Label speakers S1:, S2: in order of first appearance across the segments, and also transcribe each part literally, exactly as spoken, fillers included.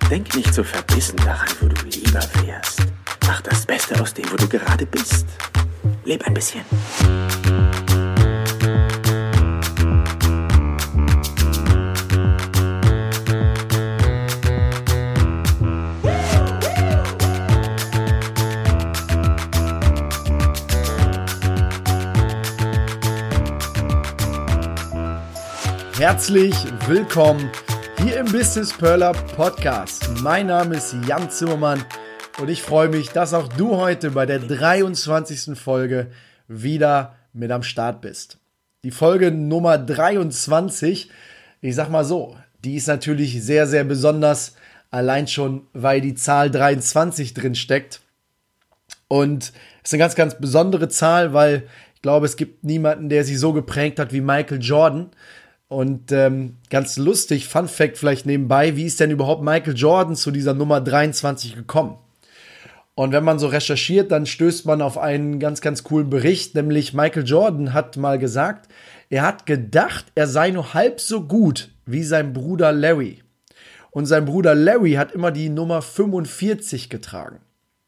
S1: Denk nicht so verbissen daran, wo du lieber wärst. Mach das Beste aus dem, wo du gerade bist. Leb ein bisschen.
S2: Herzlich willkommen hier im Business Perler Podcast. Mein Name ist Jan Zimmermann und ich freue mich, dass auch du heute bei der dreiundzwanzigsten Folge wieder mit am Start bist. Die Folge Nummer dreiundzwanzig, ich sag mal so, die ist natürlich sehr, sehr besonders, allein schon, weil die Zahl dreiundzwanzig drin steckt. Und es ist eine ganz, ganz besondere Zahl, weil ich glaube, es gibt niemanden, der sie so geprägt hat wie Michael Jordan. Und ähm, ganz lustig, Fun Fact vielleicht nebenbei, wie ist denn überhaupt Michael Jordan zu dieser Nummer dreiundzwanzig gekommen? Und wenn man so recherchiert, dann stößt man auf einen ganz, ganz coolen Bericht, nämlich Michael Jordan hat mal gesagt, er hat gedacht, er sei nur halb so gut wie sein Bruder Larry. Und sein Bruder Larry hat immer die Nummer fünfundvierzig getragen.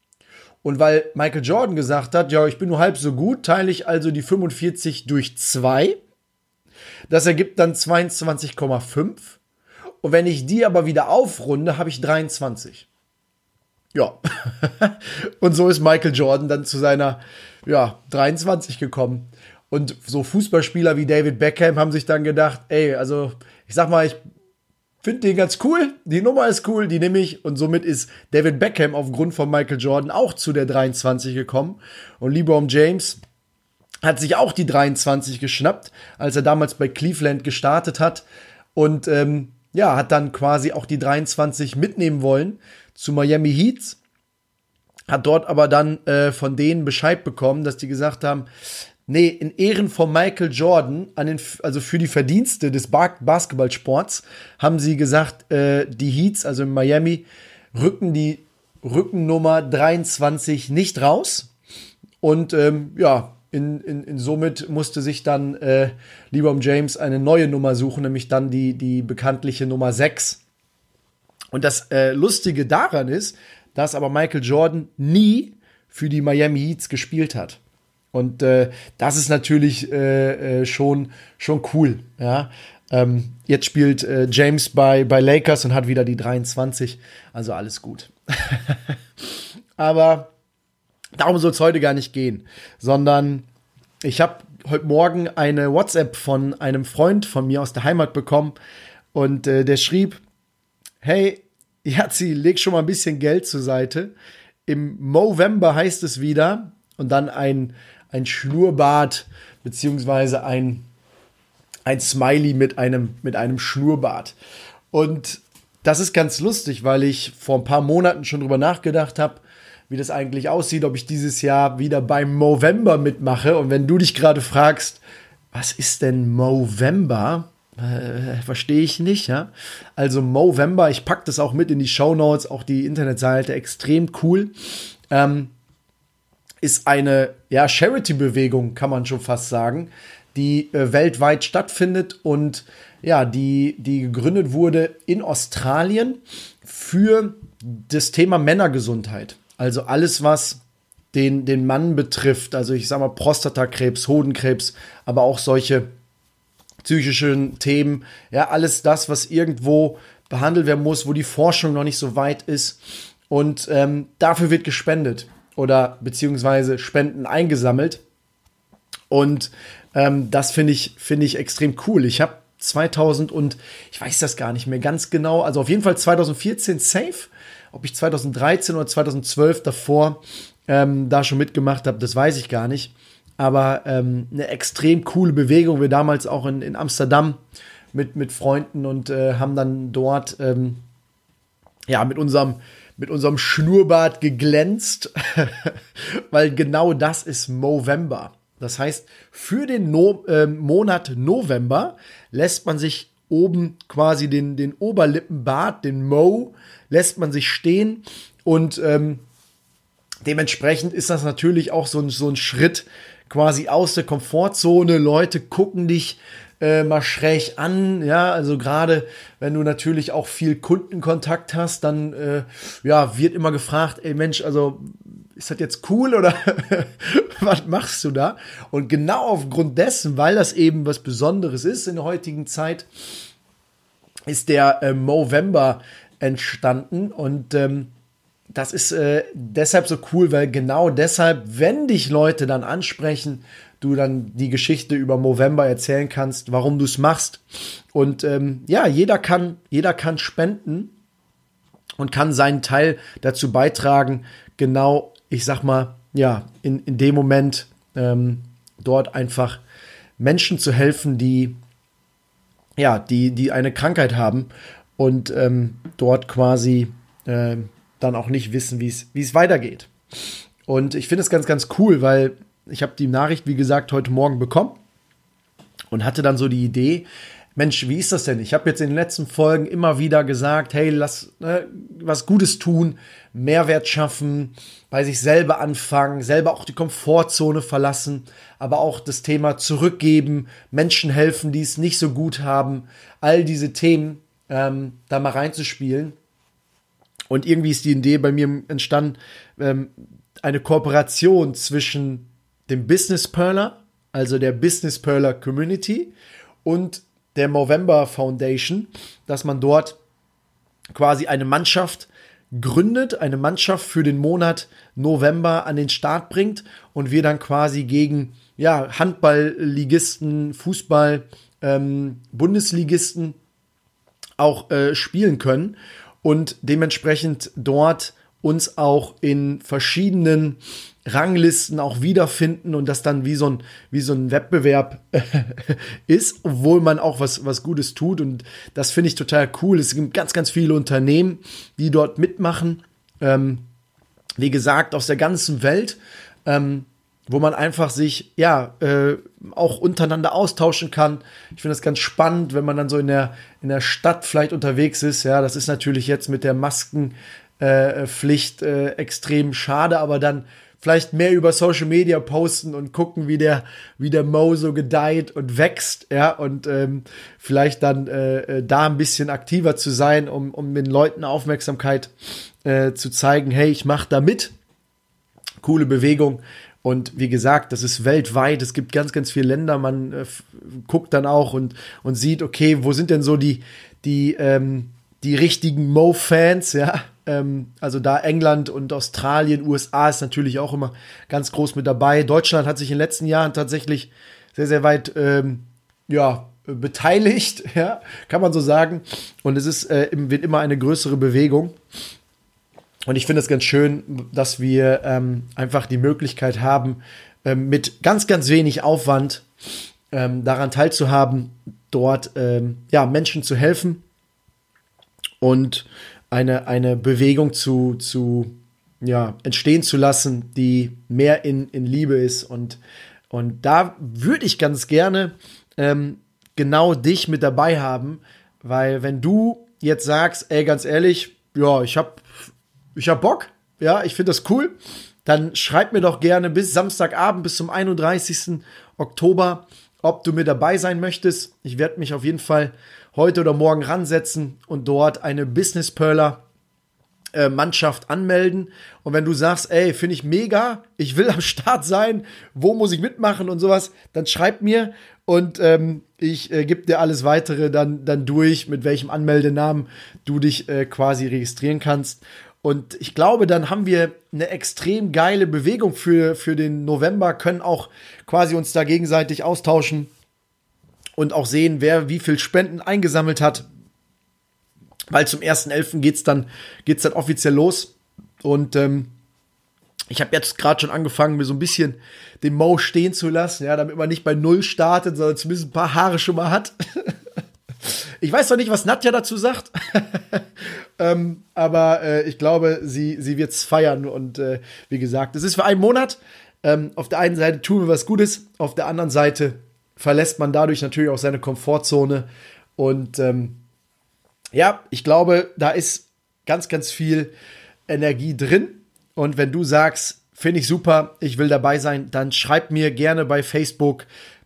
S2: Und weil Michael Jordan gesagt hat, ja, ich bin nur halb so gut, teile ich also die fünfundvierzig durch zwei. Das ergibt dann zweiundzwanzig Komma fünf. Und wenn ich die aber wieder aufrunde, habe ich dreiundzwanzig. Ja. Und so ist Michael Jordan dann zu seiner ja, dreiundzwanzig gekommen. Und so Fußballspieler wie David Beckham haben sich dann gedacht, ey, also ich sag mal, ich finde den ganz cool, die Nummer ist cool, die nehme ich. Und somit ist David Beckham aufgrund von Michael Jordan auch zu der dreiundzwanzig gekommen. Und LeBron James hat sich auch die dreiundzwanzig geschnappt, als er damals bei Cleveland gestartet hat und ähm, ja, hat dann quasi auch die dreiundzwanzig mitnehmen wollen zu Miami Heat, hat dort aber dann äh, von denen Bescheid bekommen, dass die gesagt haben, nee, in Ehren von Michael Jordan, an den, also für die Verdienste des Bas- Basketballsports, haben sie gesagt, äh, die Heats, also in Miami, rücken die Rückennummer dreiundzwanzig nicht raus und ähm, ja, In, in, in somit musste sich dann äh, LeBron James eine neue Nummer suchen, nämlich dann die, die bekanntliche Nummer sechs. Und das äh, Lustige daran ist, dass aber Michael Jordan nie für die Miami Heats gespielt hat. Und äh, das ist natürlich äh, äh, schon, schon cool. Ja? Ähm, jetzt spielt äh, James bei, bei Lakers und hat wieder die dreiundzwanzig. Also alles gut. Aber darum soll es heute gar nicht gehen, sondern ich habe heute Morgen eine WhatsApp von einem Freund von mir aus der Heimat bekommen und äh, der schrieb, hey, Jazzi, leg schon mal ein bisschen Geld zur Seite. Im Movember heißt es wieder und dann ein, ein Schnurrbart beziehungsweise ein, ein Smiley mit einem, mit einem Schnurrbart. Und das ist ganz lustig, weil ich vor ein paar Monaten schon drüber nachgedacht habe, wie das eigentlich aussieht, ob ich dieses Jahr wieder beim Movember mitmache. Und wenn du dich gerade fragst, was ist denn Movember? Äh, verstehe ich nicht, ja. Also Movember, ich packe das auch mit in die Shownotes, auch die Internetseite, extrem cool. Ähm, ist eine ja, Charity-Bewegung, kann man schon fast sagen, die äh, weltweit stattfindet und ja, die, die gegründet wurde in Australien für das Thema Männergesundheit. Also alles, was den, den Mann betrifft, also ich sag mal Prostatakrebs, Hodenkrebs, aber auch solche psychischen Themen, ja, alles das, was irgendwo behandelt werden muss, wo die Forschung noch nicht so weit ist. Und ähm, dafür wird gespendet oder beziehungsweise Spenden eingesammelt. Und ähm, das finde ich, finde ich extrem cool. Ich habe zweitausend und ich weiß das gar nicht mehr ganz genau, also auf jeden Fall zweitausendvierzehn safe. Ob ich zweitausenddreizehn oder zweitausendzwölf davor ähm, da schon mitgemacht habe, das weiß ich gar nicht. Aber ähm, eine extrem coole Bewegung. Wir damals auch in, in Amsterdam mit, mit Freunden und äh, haben dann dort ähm, ja, mit unserem, mit unserem Schnurrbart geglänzt. Weil genau das ist Movember. Das heißt, für den no- äh, Monat November lässt man sich oben quasi den, den Oberlippenbart, den Mo, lässt man sich stehen und ähm, dementsprechend ist das natürlich auch so ein, so ein Schritt quasi aus der Komfortzone. Leute gucken dich äh, mal schräg an, ja, also gerade wenn du natürlich auch viel Kundenkontakt hast, dann äh, ja, wird immer gefragt, ey Mensch, also ist das jetzt cool oder was machst du da? Und genau aufgrund dessen, weil das eben was Besonderes ist in der heutigen Zeit, ist der äh, Movember entstanden und ähm, das ist äh, deshalb so cool, weil genau deshalb, wenn dich Leute dann ansprechen, du dann die Geschichte über Movember erzählen kannst, warum du es machst. Und ähm, ja, jeder kann, jeder kann spenden und kann seinen Teil dazu beitragen, genau, ich sag mal, ja, in, in dem Moment ähm, dort einfach Menschen zu helfen, die, ja, die, die eine Krankheit haben und ähm, dort quasi äh, dann auch nicht wissen, wie es wie es weitergeht. Und ich finde es ganz, ganz cool, weil ich habe die Nachricht, wie gesagt, heute Morgen bekommen und hatte dann so die Idee, Mensch, wie ist das denn? Ich habe jetzt in den letzten Folgen immer wieder gesagt, hey, lass ne, was Gutes tun, Mehrwert schaffen, bei sich selber anfangen, selber auch die Komfortzone verlassen, aber auch das Thema zurückgeben, Menschen helfen, die es nicht so gut haben, all diese Themen ähm, da mal reinzuspielen. Und irgendwie ist die Idee bei mir entstanden, ähm, eine Kooperation zwischen dem Business Perler, also der Business Perler Community und der Movember Foundation, dass man dort quasi eine Mannschaft gründet, eine Mannschaft für den Monat November an den Start bringt und wir dann quasi gegen ja, Handballligisten, Fußball, ähm, Bundesligisten auch äh, spielen können. Und dementsprechend dort uns auch in verschiedenen Ranglisten auch wiederfinden und das dann wie so ein, wie so ein Wettbewerb ist, obwohl man auch was, was Gutes tut. Und das finde ich total cool. Es gibt ganz, ganz viele Unternehmen, die dort mitmachen. Ähm, wie gesagt, aus der ganzen Welt, ähm, wo man einfach sich, ja, äh, auch untereinander austauschen kann. Ich finde das ganz spannend, wenn man dann so in der, in der Stadt vielleicht unterwegs ist. Ja, das ist natürlich jetzt mit der Maskenpflicht äh, äh, extrem schade, aber dann vielleicht mehr über Social Media posten und gucken, wie der, wie der Mo so gedeiht und wächst, ja, und ähm, vielleicht dann äh, da ein bisschen aktiver zu sein, um, um den Leuten Aufmerksamkeit äh, zu zeigen, hey, ich mache da mit. Coole Bewegung. Und wie gesagt, das ist weltweit, es gibt ganz, ganz viele Länder, man äh, f- guckt dann auch und, und sieht, okay, wo sind denn so die, die, ähm, die richtigen Mo-Fans, ja, ähm, also da England und Australien, U S A ist natürlich auch immer ganz groß mit dabei. Deutschland hat sich in den letzten Jahren tatsächlich sehr, sehr weit, ähm, ja, beteiligt, ja, kann man so sagen. Und es ist, äh, wird immer eine größere Bewegung. Und ich finde es ganz schön, dass wir ähm, einfach die Möglichkeit haben, ähm, mit ganz, ganz wenig Aufwand ähm, daran teilzuhaben, dort ähm, ja, Menschen zu helfen und eine, eine Bewegung zu, zu ja, entstehen zu lassen, die mehr in, in Liebe ist. Und, und da würde ich ganz gerne ähm, genau dich mit dabei haben, weil wenn du jetzt sagst, ey, ganz ehrlich, ja, ich habe Ich hab Bock, ja, ich finde das cool, dann schreib mir doch gerne bis Samstagabend, bis zum einunddreißigsten Oktober, ob du mit dabei sein möchtest. Ich werde mich auf jeden Fall heute oder morgen ransetzen und dort eine Business Perler äh, Mannschaft anmelden. Und wenn du sagst, ey, finde ich mega, ich will am Start sein, wo muss ich mitmachen und sowas, dann schreib mir und ähm, ich äh, gebe dir alles Weitere dann, dann durch, mit welchem Anmeldenamen du dich äh, quasi registrieren kannst. Und ich glaube, dann haben wir eine extrem geile Bewegung für, für den November, können auch quasi uns da gegenseitig austauschen und auch sehen, wer wie viel Spenden eingesammelt hat. Weil zum ersten elften geht's dann, geht's dann offiziell los. Und ähm, ich habe jetzt gerade schon angefangen, mir so ein bisschen den Mo stehen zu lassen, ja, damit man nicht bei Null startet, sondern zumindest ein paar Haare schon mal hat. Ich weiß noch nicht, was Nadja dazu sagt, ähm, aber äh, ich glaube, sie, sie wird es feiern. Und äh, wie gesagt, es ist für einen Monat. Ähm, auf der einen Seite tun wir was Gutes, auf der anderen Seite verlässt man dadurch natürlich auch seine Komfortzone. Und ähm, ja, ich glaube, da ist ganz, ganz viel Energie drin. Und wenn du sagst, finde ich super, ich will dabei sein, dann schreib mir gerne bei Facebook,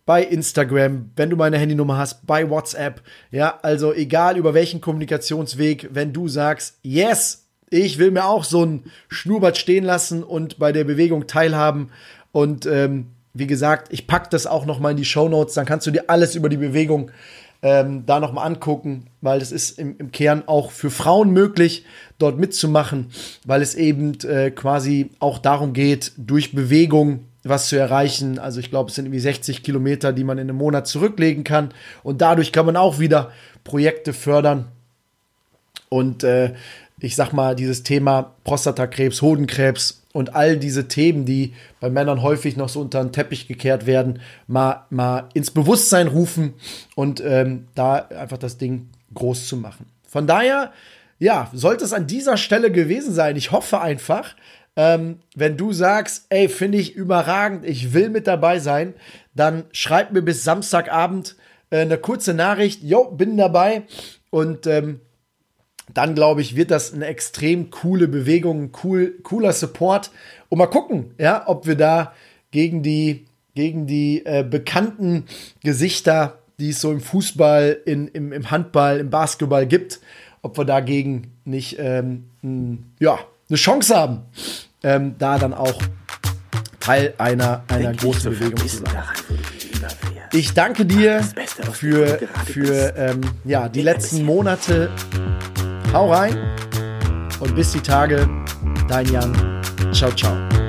S2: bei Instagram, wenn du meine Handynummer hast, bei WhatsApp. Ja, also egal über welchen Kommunikationsweg, wenn du sagst, yes, ich will mir auch so ein Schnurrbart stehen lassen und bei der Bewegung teilhaben. Und ähm, wie gesagt, ich packe das auch noch mal in die Shownotes, dann kannst du dir alles über die Bewegung ähm, da noch mal angucken, weil das ist im, im Kern auch für Frauen möglich, dort mitzumachen, weil es eben äh, quasi auch darum geht, durch Bewegung was zu erreichen. Also ich glaube, es sind irgendwie sechzig Kilometer, die man in einem Monat zurücklegen kann. Und dadurch kann man auch wieder Projekte fördern. Und äh, ich sag mal, dieses Thema Prostatakrebs, Hodenkrebs und all diese Themen, die bei Männern häufig noch so unter den Teppich gekehrt werden, mal, mal ins Bewusstsein rufen und ähm, da einfach das Ding groß zu machen. Von daher, ja, sollte es an dieser Stelle gewesen sein. Ich hoffe einfach, ähm, wenn du sagst, ey, finde ich überragend, ich will mit dabei sein, dann schreib mir bis Samstagabend äh, eine kurze Nachricht, jo, bin dabei und ähm, dann, glaube ich, wird das eine extrem coole Bewegung, ein cool, cooler Support. Und mal gucken, ja, ob wir da gegen die, gegen die äh, bekannten Gesichter, die es so im Fußball, in, im, im Handball, im Basketball gibt, ob wir dagegen nicht ähm, n, ja, eine Chance haben, ähm, da dann auch Teil einer, einer großen Bewegung zu sein. Ich danke dir für, für ähm, ja, die letzten Monate. Hau rein und bis die Tage, dein Jan. Ciao, ciao.